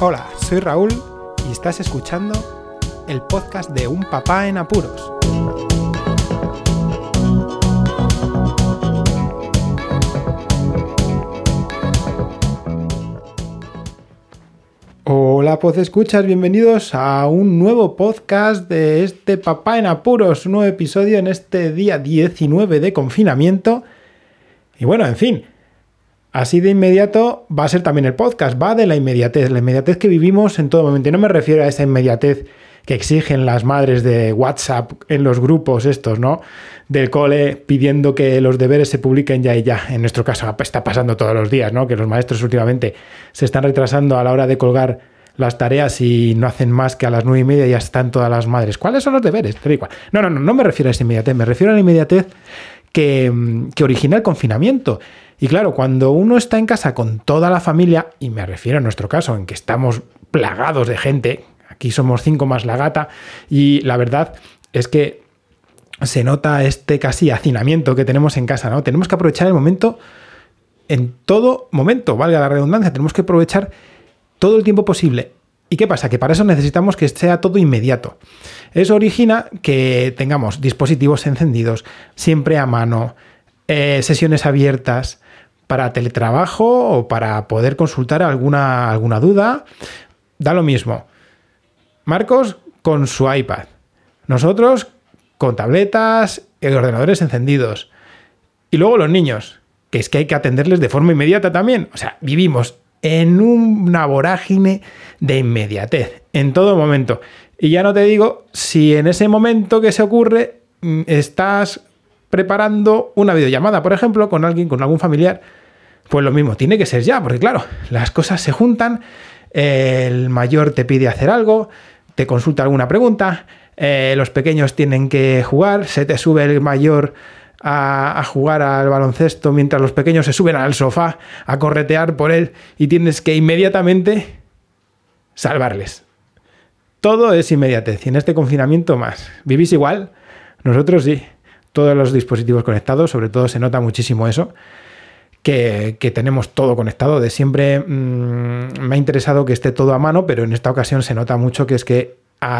Hola, soy Raúl y estás escuchando el podcast de Un Papá en Apuros. Hola, escuchas, bienvenidos a un nuevo podcast de este Papá en Apuros, un nuevo episodio en este día 19 de confinamiento. Y bueno, en fin, así de inmediato va a ser también el podcast, va de la inmediatez que vivimos en todo momento. Y no me refiero a esa inmediatez que exigen las madres de WhatsApp en los grupos estos, ¿no? Del cole pidiendo que los deberes se publiquen ya y ya. En nuestro caso está pasando todos los días, ¿no? Que los maestros últimamente se están retrasando a la hora de colgar las tareas y no hacen más que a las 9:30 ya están todas las madres. ¿Cuáles son los deberes? Te da igual. No me refiero a esa inmediatez, me refiero a la inmediatez que origina el confinamiento. Y claro, cuando uno está en casa con toda la familia, y me refiero a nuestro caso, en que estamos plagados de gente, aquí somos 5 más la gata, y la verdad es que se nota este casi hacinamiento que tenemos en casa, ¿no? Tenemos que aprovechar el momento en todo momento, valga la redundancia, tenemos que aprovechar todo el tiempo posible. ¿Y qué pasa? Que para eso necesitamos que sea todo inmediato. Eso origina que tengamos dispositivos encendidos, siempre a mano, sesiones abiertas para teletrabajo o para poder consultar alguna duda. Da lo mismo. Marcos con su iPad. Nosotros con tabletas y ordenadores encendidos. Y luego los niños, que es que hay que atenderles de forma inmediata también. O sea, vivimos en una vorágine de inmediatez en todo momento. Y ya no te digo si en ese momento que se ocurre estás preparando una videollamada, por ejemplo, con alguien, con algún familiar, pues lo mismo, tiene que ser ya, porque claro, las cosas se juntan, el mayor te pide hacer algo, te consulta alguna pregunta, los pequeños tienen que jugar, se te sube el mayor a jugar al baloncesto mientras los pequeños se suben al sofá a corretear por él y tienes que inmediatamente salvarles. Todo es inmediatez y en este confinamiento más. ¿Vivís igual? Nosotros sí. Todos los dispositivos conectados, sobre todo se nota muchísimo eso, que tenemos todo conectado. De siempre me ha interesado que esté todo a mano, pero en esta ocasión se nota mucho que es que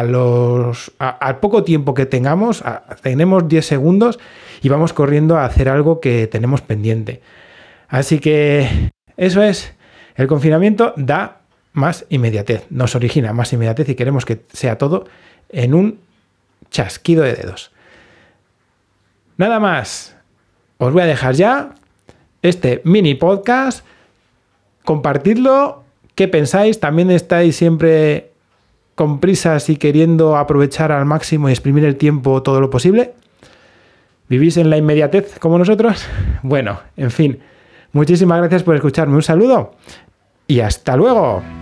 al poco tiempo que tenemos 10 segundos y vamos corriendo a hacer algo que tenemos pendiente. Así que eso es, el confinamiento da más inmediatez, nos origina más inmediatez y queremos que sea todo en un chasquido de dedos. Nada más, os voy a dejar ya este mini podcast, compartidlo, ¿qué pensáis? ¿También estáis siempre con prisas y queriendo aprovechar al máximo y exprimir el tiempo todo lo posible? ¿Vivís en la inmediatez como nosotros? Bueno, en fin, muchísimas gracias por escucharme, un saludo y hasta luego.